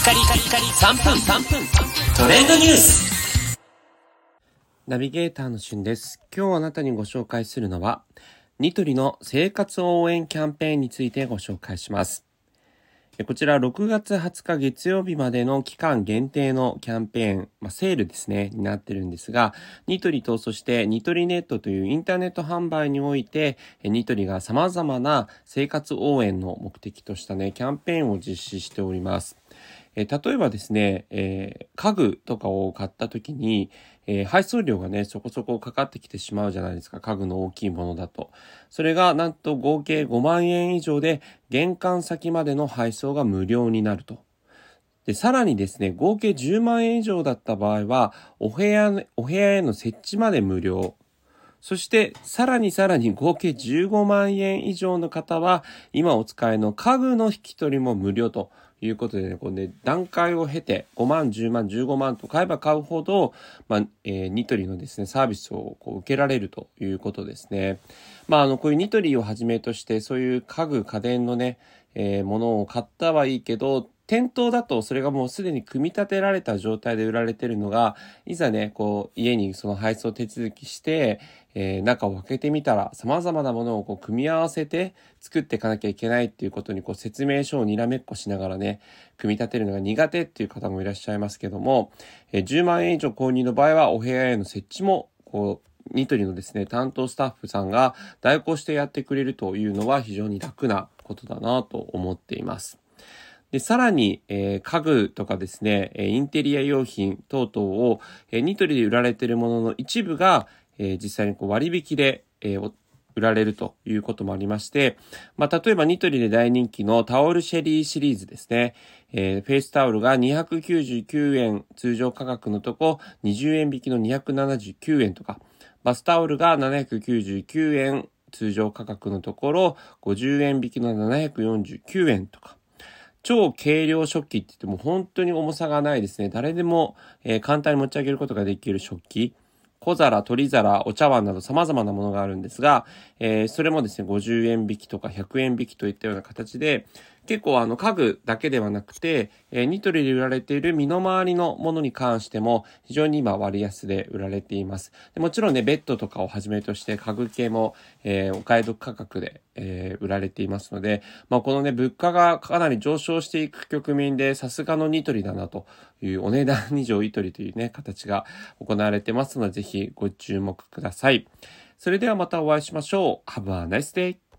カリカリカリ3分トレンドニュース。 ナビゲーターのしゅんです。今日あなたにご紹介するのはニトリの生活応援キャンペーンについてご紹介します。こちら6月20日月曜日までの期間限定のキャンペーン、セールですね、になってるんですが、ニトリとそしてニトリネットというインターネット販売において、ニトリが様々な生活応援の目的としたね、キャンペーンを実施しております。例えばですね、家具とかを買った時に、配送料がね、そこそこかかってきてしまうじゃないですか。家具の大きいものだと。それがなんと合計5万円以上で玄関先までの配送が無料になると。で、さらにですね、合計10万円以上だった場合は、お部屋への設置まで無料。そして、さらに合計15万円以上の方は、今お使いの家具の引き取りも無料ということでね、段階を経て5万、10万、15万と買えば買うほど、ニトリのですね、サービスを受けられるということですね。こういうニトリをはじめとして、そういう家具、家電のね、ものを買ったはいいけど、店頭だとそれがもうすでに組み立てられた状態で売られているのが、いざね、家にその配送手続きして、中を開けてみたら様々なものを組み合わせて作っていかなきゃいけないっていうことに説明書をにらめっこしながらね、組み立てるのが苦手っていう方もいらっしゃいますけども、10万円以上購入の場合はお部屋への設置もニトリのですね、担当スタッフさんが代行してやってくれるというのは非常に楽なことだなと思っています。で、さらに、家具とかですね、インテリア用品等々を、ニトリで売られているものの一部が、実際に割引で、売られるということもありまして、例えばニトリで大人気のタオルシェリーシリーズですね。フェイスタオルが299円通常価格のとこ20円引きの279円とか、バスタオルが799円通常価格のところ50円引きの749円とか、超軽量食器って言っても本当に重さがないですね。誰でも、簡単に持ち上げることができる食器。小皿、取り皿、お茶碗など様々なものがあるんですが、それもですね、50円引きとか100円引きといったような形で、結構家具だけではなくて、ニトリで売られている身の回りのものに関しても非常に今割安で売られています。でもちろんね、ベッドとかをはじめとして家具系も、お買い得価格で、売られていますので、このね、物価がかなり上昇していく局面でさすがのニトリだなというお値段以上ニトリというね、形が行われてますので、ぜひご注目ください。それではまたお会いしましょう。Have a nice day!